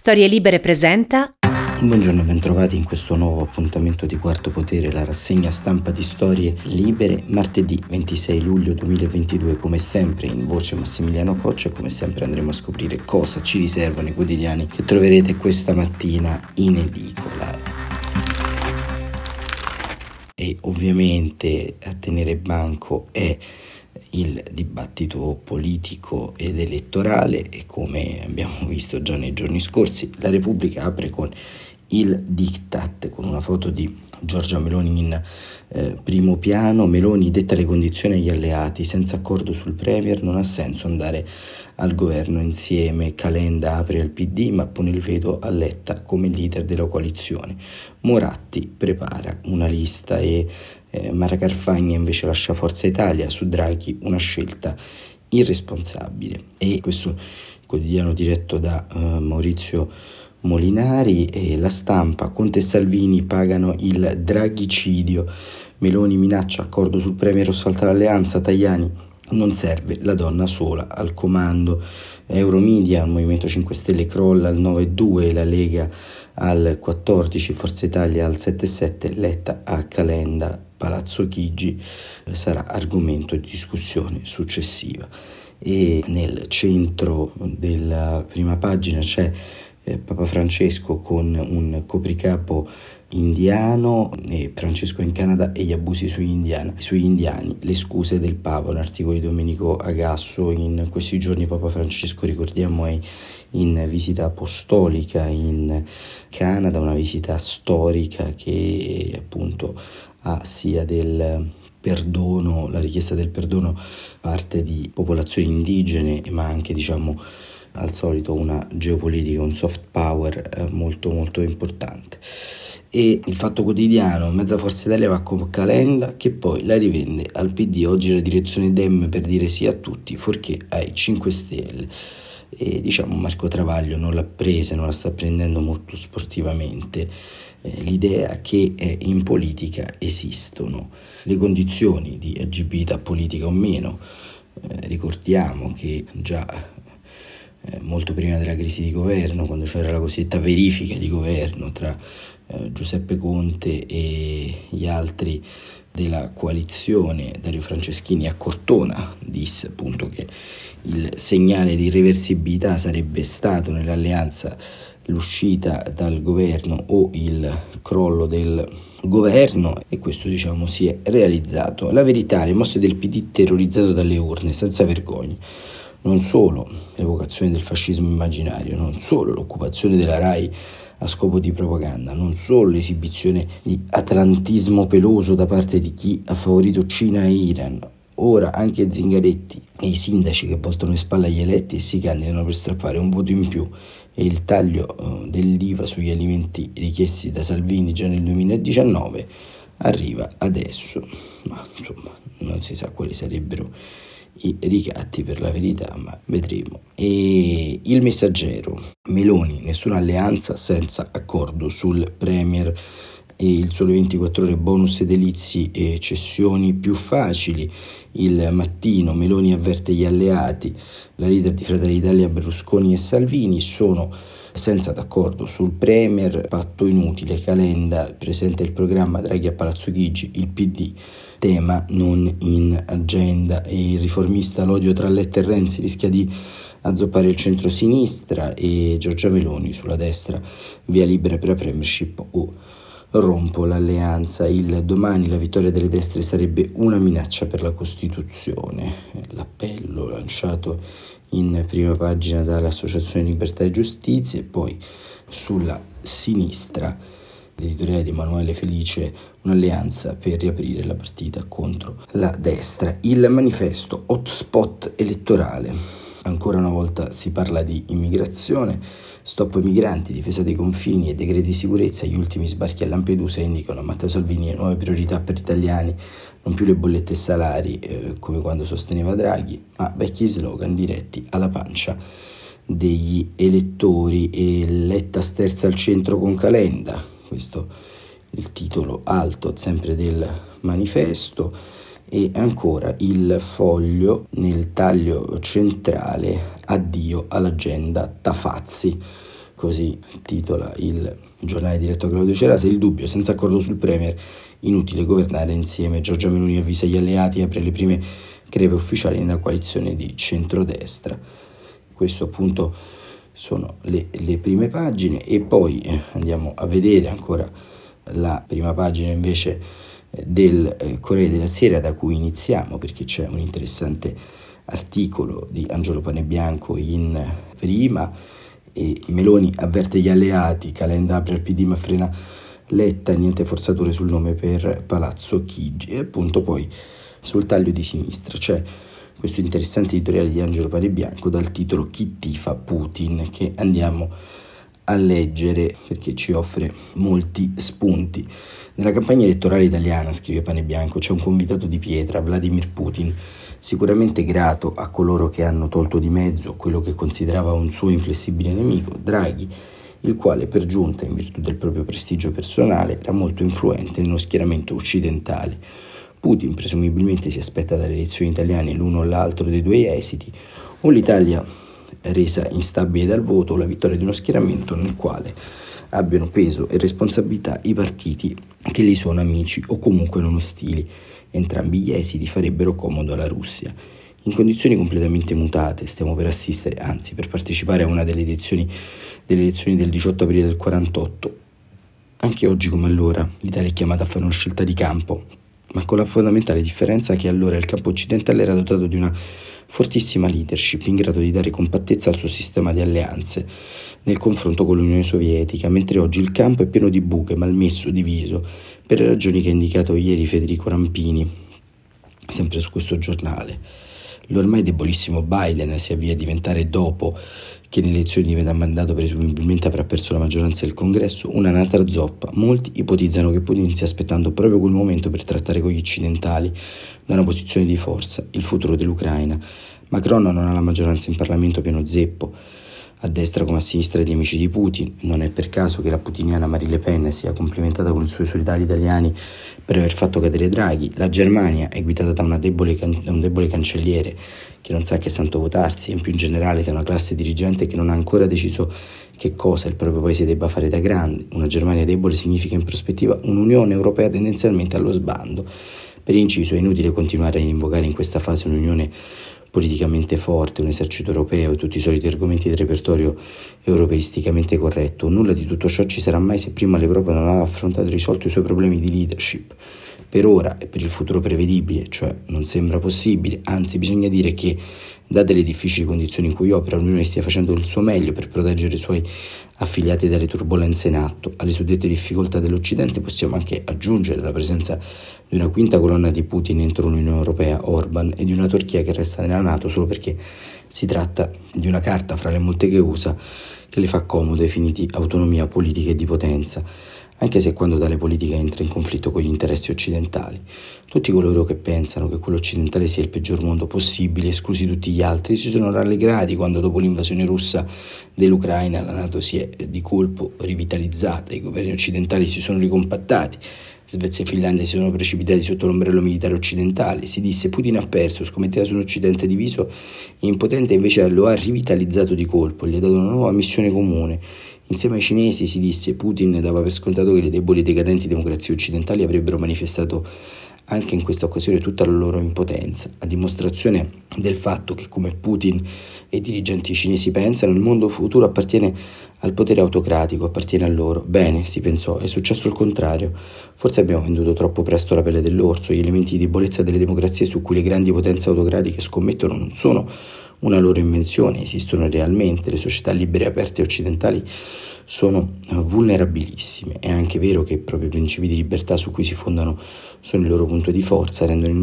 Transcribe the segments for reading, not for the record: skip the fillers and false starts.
Storie Libere presenta. Buongiorno e bentrovati in questo nuovo appuntamento di Quarto Potere, la rassegna stampa di Storie Libere, martedì 26 luglio 2022, come sempre in voce Massimiliano Coccia, e come sempre andremo a scoprire cosa ci riservano i quotidiani che troverete questa mattina in edicola. E ovviamente a tenere banco è il dibattito politico ed elettorale e, come abbiamo visto già nei giorni scorsi, la Repubblica apre con il diktat, con una foto di Giorgia Meloni in primo piano. Meloni detta le condizioni agli alleati: senza accordo sul Premier non ha senso andare al governo insieme. Calenda apre al PD ma pone il veto a Letta come leader della coalizione. Moratti prepara una lista e Mara Carfagna invece lascia Forza Italia. Su Draghi una scelta irresponsabile. E questo quotidiano diretto da Maurizio Molinari. E La Stampa: Conte e Salvini pagano il draghicidio. Meloni minaccia accordo sul Premier o salta l'alleanza. Tajani: non serve la donna sola al comando. Euromedia: il Movimento 5 Stelle crolla al 9,2, la Lega al 14, Forza Italia al 7,7, Letta a Calenda. Palazzo Chigi sarà argomento di discussione successiva. E nel centro della prima pagina c'è Papa Francesco con un copricapo indiano, e Francesco in Canada e gli abusi sugli indiani, le scuse del Papa, un articolo di Domenico Agasso. In questi giorni Papa Francesco, ricordiamo, è in visita apostolica in Canada, una visita storica che appunto ha sia del perdono, la richiesta del perdono parte di popolazioni indigene, ma anche, al solito, una geopolitica, un soft power molto molto importante. E il Fatto Quotidiano: mezza Forza Italia va con Calenda che poi la rivende al PD. Oggi la direzione Dem per dire sì a tutti, fuorché ai 5 Stelle. E Marco Travaglio non l'ha presa, non la sta prendendo molto sportivamente, l'idea che in politica esistono le condizioni di agibilità politica o meno. Ricordiamo che già molto prima della crisi di governo, quando c'era la cosiddetta verifica di governo tra Giuseppe Conte e gli altri della coalizione, Dario Franceschini a Cortona disse appunto che il segnale di irreversibilità sarebbe stato nell'alleanza l'uscita dal governo o il crollo del governo, e questo si è realizzato. La Verità: le mosse del PD terrorizzato dalle urne, senza vergogna. Non solo l'evocazione del fascismo immaginario, non solo l'occupazione della RAI a scopo di propaganda, non solo l'esibizione di atlantismo peloso da parte di chi ha favorito Cina e Iran, ora anche Zingaretti e i sindaci che voltano le spalle agli eletti e si candidano per strappare un voto in più, e il taglio dell'IVA sugli alimenti richiesti da Salvini già nel 2019 arriva adesso, ma non si sa quali sarebbero i ricatti, per la verità, ma vedremo. E Il Messaggero: Meloni: nessuna alleanza senza accordo sul Premier. E Il Sole 24 Ore: bonus edilizi e cessioni più facili. Il Mattino: Meloni avverte gli alleati, la leader di Fratelli d'Italia Berlusconi e Salvini sono senza d'accordo sul Premier, patto inutile. Calenda presenta il programma, Draghi a Palazzo Chigi, il PD tema non in agenda. E Il Riformista: l'odio tra Letta e Renzi rischia di azzoppare il centro-sinistra. E Giorgia Meloni: sulla destra via libera per la Premiership o rompo l'alleanza. Il Domani: la vittoria delle destre sarebbe una minaccia per la Costituzione. L'appello lanciato in prima pagina dall'Associazione Libertà e Giustizia. E poi sulla sinistra l'editoriale di Emanuele Felice: un'alleanza per riaprire la partita contro la destra. Il Manifesto: hotspot elettorale. Ancora una volta si parla di immigrazione, stop ai migranti, difesa dei confini e decreti di sicurezza. Gli ultimi sbarchi a Lampedusa indicano a Matteo Salvini le nuove priorità per gli italiani, non più le bollette e salari come quando sosteneva Draghi, ma vecchi slogan diretti alla pancia degli elettori. E Letta sterza al centro con Calenda, questo il titolo alto sempre del Manifesto. E ancora Il Foglio: nel taglio centrale, addio all'agenda Tafazzi. così titola il giornale diretto a Claudio Cerasa. Il dubbio: senza accordo sul Premier, inutile governare insieme. Giorgia Meloni avvisa gli alleati e apre le prime crepe ufficiali nella coalizione di centrodestra. Questo appunto sono le prime pagine, e poi andiamo a vedere ancora la prima pagina invece del Corriere della Sera, da cui iniziamo, perché c'è un interessante articolo di Angelo Panebianco in prima. E Meloni avverte gli alleati, Calenda apre al PD ma frena Letta, niente forzature sul nome per Palazzo Chigi. E appunto poi sul taglio di sinistra c'è questo interessante editoriale di Angelo Panebianco dal titolo "Chi tifa Putin", che andiamo a leggere perché ci offre molti spunti. Nella campagna elettorale italiana, scrive Panebianco, c'è un convitato di pietra, Vladimir Putin, sicuramente grato a coloro che hanno tolto di mezzo quello che considerava un suo inflessibile nemico, Draghi, il quale per giunta, in virtù del proprio prestigio personale, era molto influente nello schieramento occidentale. Putin presumibilmente si aspetta dalle elezioni italiane l'uno o l'altro dei due esiti, o l'Italia resa instabile dal voto, o la vittoria di uno schieramento nel quale abbiano peso e responsabilità i partiti che gli sono amici o comunque non ostili. Entrambi gli esiti farebbero comodo alla Russia. In condizioni completamente mutate stiamo per assistere, anzi per partecipare a una delle elezioni del 18 aprile del 48. Anche oggi come allora l'Italia è chiamata a fare una scelta di campo, ma con la fondamentale differenza che allora il campo occidentale era dotato di una fortissima leadership in grado di dare compattezza al suo sistema di alleanze nel confronto con l'Unione Sovietica, mentre oggi il campo è pieno di buche, malmesso, diviso, per le ragioni che ha indicato ieri Federico Rampini, sempre su questo giornale. L'ormai debolissimo Biden si avvia a diventare, dopo che le elezioni diventa mandato presumibilmente avrà perso la maggioranza del Congresso, un'altra zoppa. Molti ipotizzano che Putin stia aspettando proprio quel momento per trattare con gli occidentali da una posizione di forza il futuro dell'Ucraina. Macron non ha la maggioranza in Parlamento, pieno zeppo, a destra come a sinistra di amici di Putin. Non è per caso che la putiniana Marine Le Pen sia complimentata con i suoi solidari italiani per aver fatto cadere Draghi. La Germania è guidata da un debole cancelliere che non sa che santo votarsi, e in più in generale da una classe dirigente che non ha ancora deciso che cosa il proprio paese debba fare da grande. Una Germania debole significa in prospettiva un'Unione Europea tendenzialmente allo sbando. Per inciso, è inutile continuare a invocare in questa fase un'unione politicamente forte, un esercito europeo e tutti i soliti argomenti del repertorio europeisticamente corretto. Nulla di tutto ciò ci sarà mai se prima l'Europa non ha affrontato e risolto i suoi problemi di leadership. Per ora e per il futuro prevedibile, cioè non sembra possibile, anzi bisogna dire che, date le difficili condizioni in cui opera, l'Unione stia facendo il suo meglio per proteggere i suoi affiliati dalle turbolenze in atto. Alle suddette difficoltà dell'Occidente possiamo anche aggiungere la presenza di una quinta colonna di Putin entro l'Unione Europea, Orban, e di una Turchia che resta nella NATO solo perché si tratta di una carta fra le molte che usa che le fa comodo ai fini di autonomia politica e di potenza, anche se quando tale politica entra in conflitto con gli interessi occidentali. Tutti coloro che pensano che quello occidentale sia il peggior mondo possibile, esclusi tutti gli altri, si sono rallegrati quando dopo l'invasione russa dell'Ucraina la NATO si è di colpo rivitalizzata, i governi occidentali si sono ricompattati, Svezia e Finlandia si sono precipitati sotto l'ombrello militare occidentale. Si disse: Putin ha perso, scommetteva su un Occidente diviso e impotente, invece lo ha rivitalizzato di colpo, gli ha dato una nuova missione comune. Insieme ai cinesi, si disse, Putin dava per scontato che le deboli e decadenti democrazie occidentali avrebbero manifestato anche in questa occasione tutta la loro impotenza, a dimostrazione del fatto che, come Putin e i dirigenti cinesi pensano, il mondo futuro appartiene al potere autocratico, appartiene a loro. Bene, si pensò, è successo il contrario. Forse abbiamo venduto troppo presto la pelle dell'orso. Gli elementi di debolezza delle democrazie su cui le grandi potenze autocratiche scommettono non sono una loro invenzione, esistono realmente. Le società libere e aperte occidentali sono vulnerabilissime. È anche vero che proprio i principi di libertà su cui si fondano sono il loro punto di forza, rendono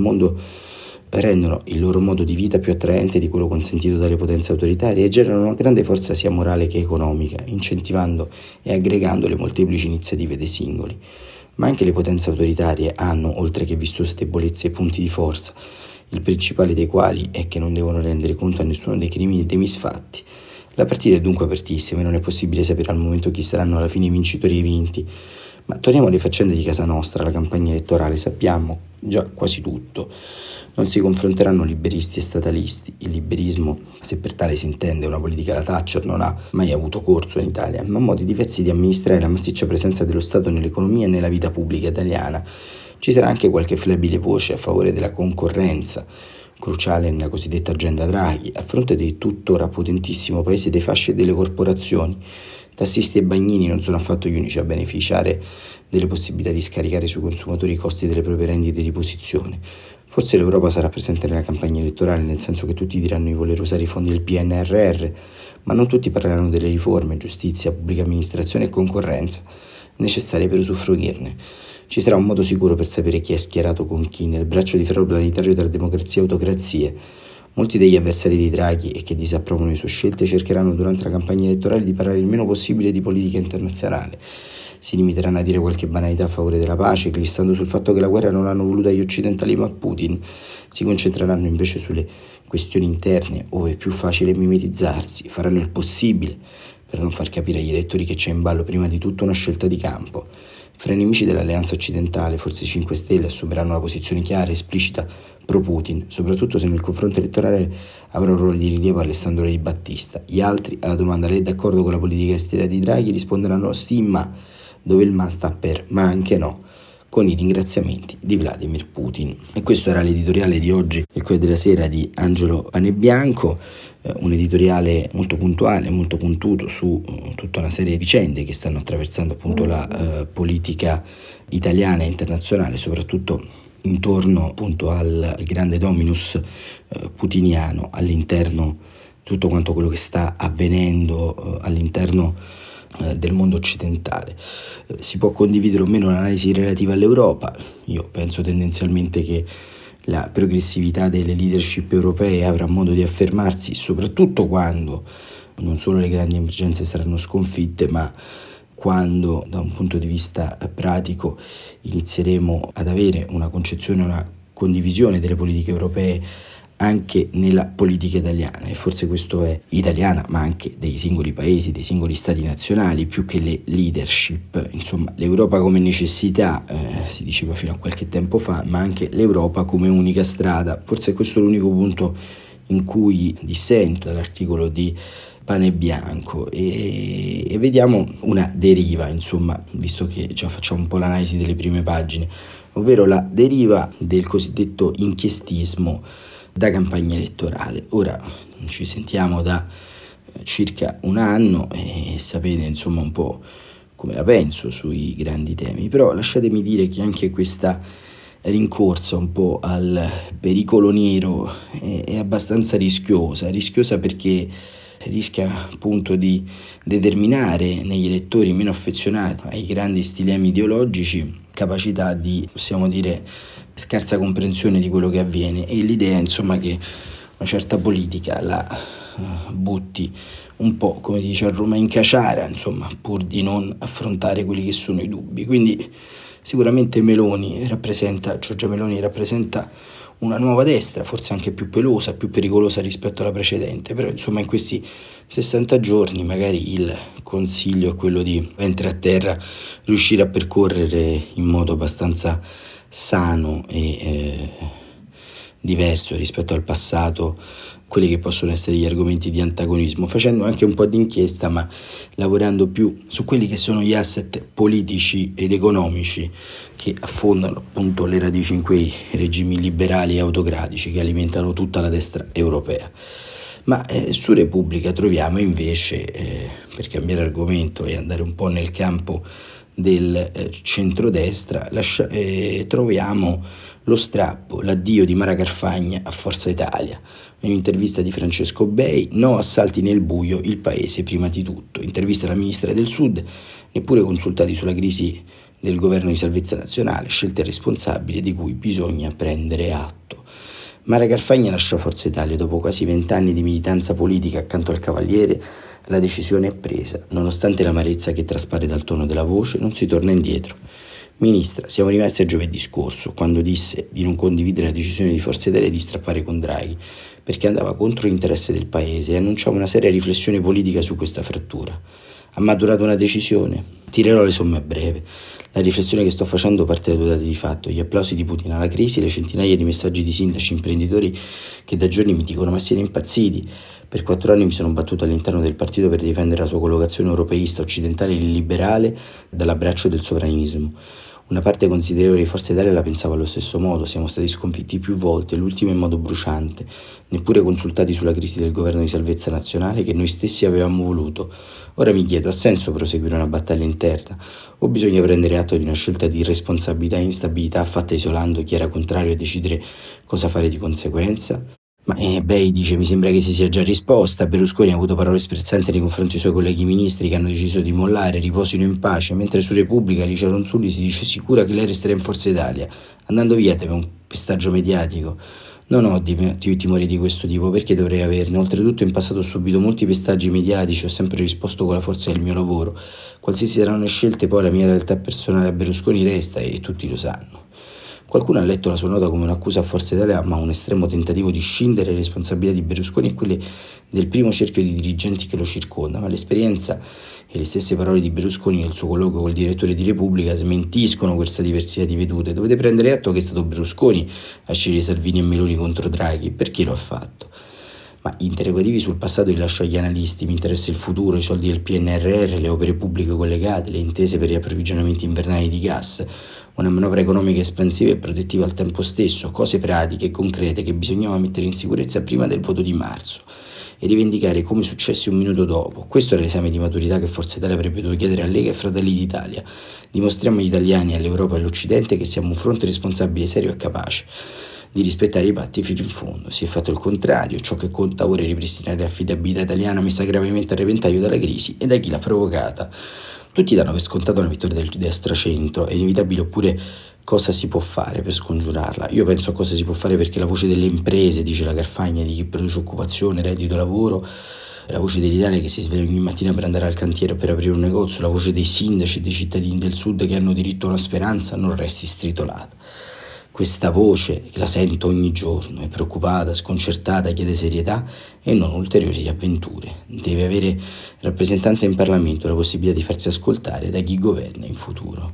il loro modo di vita più attraente di quello consentito dalle potenze autoritarie e generano una grande forza sia morale che economica, incentivando e aggregando le molteplici iniziative dei singoli. Ma anche le potenze autoritarie hanno, oltre che vistose debolezze, e punti di forza, il principale dei quali è che non devono rendere conto a nessuno dei crimini e dei misfatti. La partita è dunque apertissima e non è possibile sapere al momento chi saranno alla fine i vincitori e i vinti, Ma torniamo alle faccende di casa nostra, la campagna elettorale, sappiamo già quasi tutto. Non si confronteranno liberisti e statalisti. Il liberismo, se per tale si intende una politica alla Thatcher, non ha mai avuto corso in Italia, ma modi diversi di amministrare la massiccia presenza dello Stato nell'economia e nella vita pubblica italiana. Ci sarà anche qualche flebile voce a favore della concorrenza, cruciale nella cosiddetta agenda Draghi, a fronte del tuttora potentissimo paese dei fasci e delle corporazioni. Tassisti e bagnini non sono affatto gli unici a beneficiare delle possibilità di scaricare sui consumatori i costi delle proprie rendite di posizione. Forse l'Europa sarà presente nella campagna elettorale, nel senso che tutti diranno di voler usare i fondi del PNRR, ma non tutti parleranno delle riforme, giustizia, pubblica amministrazione e concorrenza necessarie per usufruirne. Ci sarà un modo sicuro per sapere chi è schierato con chi nel braccio di ferro planetario tra democrazia e autocrazie. Molti degli avversari di Draghi e che disapprovano le sue scelte cercheranno durante la campagna elettorale di parlare il meno possibile di politica internazionale. Si limiteranno a dire qualche banalità a favore della pace, glissando sul fatto che la guerra non l'hanno voluta gli occidentali ma Putin. Si concentreranno invece sulle questioni interne, ove è più facile mimetizzarsi. Faranno il possibile per non far capire agli elettori che c'è in ballo prima di tutto una scelta di campo. Fra i nemici dell'alleanza occidentale, forse i 5 Stelle assumeranno una posizione chiara e esplicita pro-Putin, soprattutto se nel confronto elettorale avrà un ruolo di rilievo Alessandro Di Battista. Gli altri, alla domanda "lei è d'accordo con la politica estera di Draghi?", risponderanno sì, ma, dove il ma sta per ma anche no, con i ringraziamenti di Vladimir Putin. E questo era l'editoriale di oggi, il Corriere della Sera di Angelo Panebianco, un editoriale molto puntuale, molto puntuto su tutta una serie di vicende che stanno attraversando appunto la politica italiana e internazionale, soprattutto intorno appunto al grande dominus putiniano all'interno di tutto quanto quello che sta avvenendo all'interno del mondo occidentale. Si può condividere o meno l'analisi relativa all'Europa. Io penso tendenzialmente che la progressività delle leadership europee avrà modo di affermarsi, soprattutto quando non solo le grandi emergenze saranno sconfitte, ma quando da un punto di vista pratico inizieremo ad avere una concezione, una condivisione delle politiche europee anche nella politica italiana, e forse questo è italiana, ma anche dei singoli paesi, dei singoli stati nazionali, più che le leadership. Insomma, l'Europa come necessità, si diceva fino a qualche tempo fa, ma anche l'Europa come unica strada. Forse questo è l'unico punto in cui dissento dall'articolo di Panebianco e vediamo una deriva, insomma, visto che già facciamo un po' l'analisi delle prime pagine, ovvero la deriva del cosiddetto inchiestismo da campagna elettorale. Ora ci sentiamo da circa un anno e sapete insomma un po' come la penso sui grandi temi, però lasciatemi dire che anche questa rincorsa un po' al pericolo nero è abbastanza rischiosa perché rischia appunto di determinare negli elettori meno affezionati ai grandi stilemi ideologici capacità di, possiamo dire, scarsa comprensione di quello che avviene, e l'idea insomma che una certa politica la butti un po', come si dice a Roma, in caciara, insomma, pur di non affrontare quelli che sono i dubbi. Quindi sicuramente Giorgia Meloni rappresenta una nuova destra, forse anche più pelosa, più pericolosa rispetto alla precedente, però insomma in questi 60 giorni magari il consiglio è quello di ventre a terra, riuscire a percorrere in modo abbastanza sano e diverso rispetto al passato quelli che possono essere gli argomenti di antagonismo, facendo anche un po' di inchiesta, ma lavorando più su quelli che sono gli asset politici ed economici che affondano appunto le radici in quei regimi liberali e autocratici che alimentano tutta la destra europea. Ma su Repubblica troviamo invece, per cambiare argomento e andare un po' nel campo del centrodestra, troviamo lo strappo, l'addio di Mara Carfagna a Forza Italia. Un'intervista di Francesco Bei: no assalti nel buio, il paese prima di tutto. Intervista alla ministra del Sud: neppure consultati sulla crisi del governo di salvezza nazionale, scelte responsabili di cui bisogna prendere atto. Mara Carfagna lasciò Forza Italia dopo quasi 20 anni di militanza politica accanto al Cavaliere. La decisione è presa, nonostante l'amarezza che traspare dal tono della voce, non si torna indietro. Ministra, siamo rimasti a giovedì scorso, quando disse di non condividere la decisione di Forza Italia di strappare con Draghi, perché andava contro l'interesse del paese, e annunciava una seria riflessione politica su questa frattura. Ha maturato una decisione? Tirerò le somme a breve. La riflessione che sto facendo parte da due dati di fatto: gli applausi di Putin alla crisi e le centinaia di messaggi di sindaci imprenditori che da giorni mi dicono: ma siete impazziti? Per 4 anni mi sono battuto all'interno del partito per difendere la sua collocazione europeista, occidentale e liberale dall'abbraccio del sovranismo. Una parte considerevole di Forza Italia la pensava allo stesso modo, siamo stati sconfitti più volte, l'ultima in modo bruciante, neppure consultati sulla crisi del governo di salvezza nazionale che noi stessi avevamo voluto. Ora mi chiedo, ha senso proseguire una battaglia interna o bisogna prendere atto di una scelta di irresponsabilità e instabilità fatta isolando chi era contrario e decidere cosa fare di conseguenza? Ma dice, mi sembra che si sia già risposta. Berlusconi ha avuto parole sprezzanti nei confronti dei suoi colleghi ministri che hanno deciso di mollare, riposino in pace, mentre su Repubblica Licia Ronzulli si dice sicura che lei resterà in Forza Italia. Andando via deve un pestaggio mediatico. Non ho timori di questo tipo, perché dovrei averne? Oltretutto in passato ho subito molti pestaggi mediatici, ho sempre risposto con la forza del mio lavoro. Qualsiasi saranno le scelte, poi la mia realtà personale a Berlusconi resta e tutti lo sanno. Qualcuno ha letto la sua nota come un'accusa a Forza Italia, ma un estremo tentativo di scindere le responsabilità di Berlusconi e quelle del primo cerchio di dirigenti che lo circonda, ma l'esperienza e le stesse parole di Berlusconi nel suo colloquio col direttore di Repubblica smentiscono questa diversità di vedute. Dovete prendere atto che è stato Berlusconi a scegliere Salvini e Meloni contro Draghi. Perché lo ha fatto? Ma gli interrogativi sul passato li lascio agli analisti, mi interessa il futuro, i soldi del PNRR, le opere pubbliche collegate, le intese per gli approvvigionamenti invernali di gas, una manovra economica espansiva e protettiva al tempo stesso, cose pratiche e concrete che bisognava mettere in sicurezza prima del voto di marzo e rivendicare come successe un minuto dopo. Questo era l'esame di maturità che Forza Italia avrebbe dovuto chiedere a Lega e Fratelli d'Italia. Dimostriamo agli italiani, all'Europa e all'Occidente che siamo un fronte responsabile, serio e capace di rispettare i patti fino in fondo. Si è fatto il contrario, ciò che conta ora è ripristinare l'affidabilità italiana messa gravemente a repentaglio dalla crisi e da chi l'ha provocata. Tutti danno per scontato una vittoria del destra-centro, è inevitabile, oppure cosa si può fare per scongiurarla? Io penso a cosa si può fare perché la voce delle imprese, dice la Carfagna, di chi produce occupazione, reddito, lavoro, la voce dell'Italia che si sveglia ogni mattina per andare al cantiere o per aprire un negozio, la voce dei sindaci e dei cittadini del sud che hanno diritto a una speranza, non resti stritolata. Questa voce, la sento ogni giorno, è preoccupata, sconcertata, chiede serietà e non ulteriori avventure. Deve avere rappresentanza in Parlamento, la possibilità di farsi ascoltare da chi governa in futuro.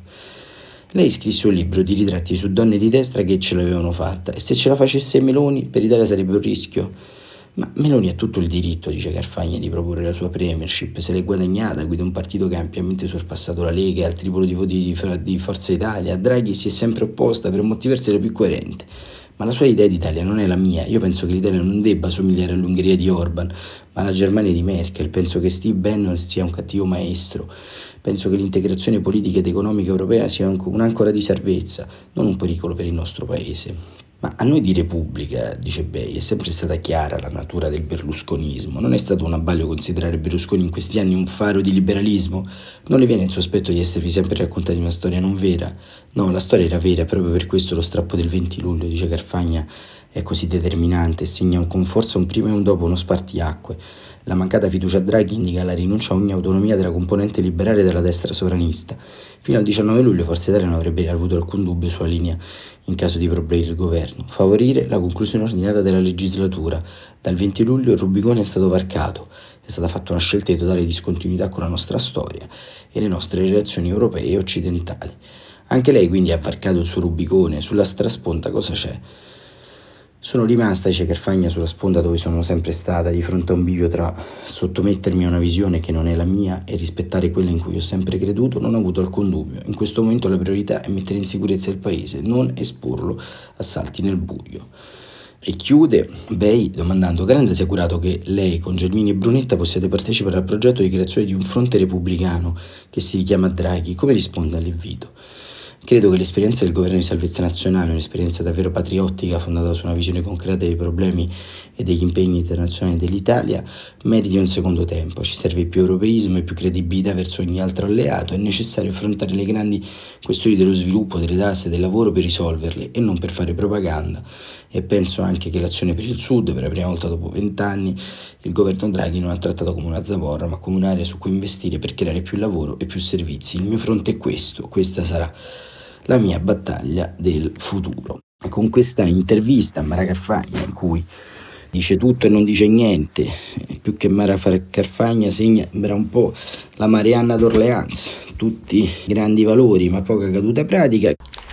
Lei scrisse un libro di ritratti su donne di destra che ce l'avevano fatta, e se ce la facesse Meloni per l'Italia sarebbe un rischio. Ma Meloni ha tutto il diritto, dice Carfagna, di proporre la sua premiership, se l'è guadagnata, guida un partito che ha ampiamente sorpassato la Lega e al triplo di voti di Forza Italia. A Draghi si è sempre opposta, per motivi versi era più coerente. Ma la sua idea d'Italia non è la mia. Io penso che l'Italia non debba somigliare all'Ungheria di Orban, ma alla Germania di Merkel. Penso che Steve Bannon sia un cattivo maestro. Penso che l'integrazione politica ed economica europea sia un'ancora di salvezza, non un pericolo per il nostro paese. Ma a noi di Repubblica, dice Bei, è sempre stata chiara la natura del berlusconismo. Non è stato un abbaglio considerare Berlusconi in questi anni un faro di liberalismo? Non le viene il sospetto di esservi sempre raccontati una storia non vera? No, la storia era vera, proprio per questo lo strappo del 20 luglio, dice Carfagna, è così determinante e segna con forza un prima e un dopo, uno spartiacque. La mancata fiducia a Draghi indica la rinuncia a ogni autonomia della componente liberale della destra sovranista. Fino al 19 luglio Forza Italia non avrebbe avuto alcun dubbio sulla linea in caso di problemi del governo. Favorire la conclusione ordinata della legislatura. Dal 20 luglio il Rubicone è stato varcato. È stata fatta una scelta di totale discontinuità con la nostra storia e le nostre relazioni europee e occidentali. Anche lei quindi ha varcato il suo Rubicone. Sulla strasponda cosa c'è? Sono rimasta, dice Carfagna, sulla sponda dove sono sempre stata, di fronte a un bivio tra sottomettermi a una visione che non è la mia e rispettare quella in cui ho sempre creduto. Non ho avuto alcun dubbio. In questo momento la priorità è mettere in sicurezza il paese, non esporlo a salti nel buio. E chiude Bei domandando: Calenda si è assicurato che lei con Gelmini e Brunetta possiate partecipare al progetto di creazione di un fronte repubblicano che si richiama Draghi. Come risponde all'invito? Credo che l'esperienza del governo di salvezza nazionale, un'esperienza davvero patriottica fondata su una visione concreta dei problemi e degli impegni internazionali dell'Italia, meriti un secondo tempo. Ci serve più europeismo e più credibilità verso ogni altro alleato. È necessario affrontare le grandi questioni dello sviluppo, delle tasse, del lavoro per risolverle e non per fare propaganda. E penso anche che l'azione per il Sud, per la prima volta dopo 20 anni, il governo Draghi non ha trattato come una zavorra, ma come un'area su cui investire per creare più lavoro e più servizi. Il mio fronte è questo, questa sarà la mia battaglia del futuro. E con questa intervista a Mara Carfagna, in cui dice tutto e non dice niente, più che Mara Carfagna sembra un po' la Marianna d'Orleans, tutti grandi valori ma poca caduta pratica.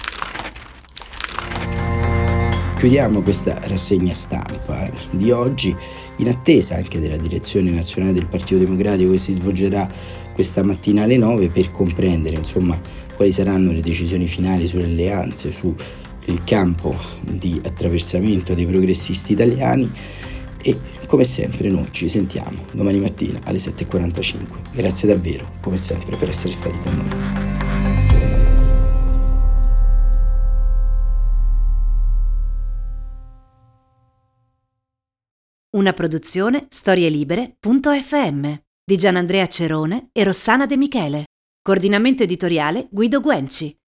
Chiudiamo questa rassegna stampa di oggi in attesa anche della direzione nazionale del Partito Democratico che si svolgerà questa mattina alle 9 per comprendere quali saranno le decisioni finali sulle alleanze, sul campo di attraversamento dei progressisti italiani. E come sempre noi ci sentiamo domani mattina alle 7:45. Grazie davvero, come sempre, per essere stati con noi. Una produzione storielibere.fm di Gianandrea Cerone e Rossana De Michele. Coordinamento editoriale Guido Guenci.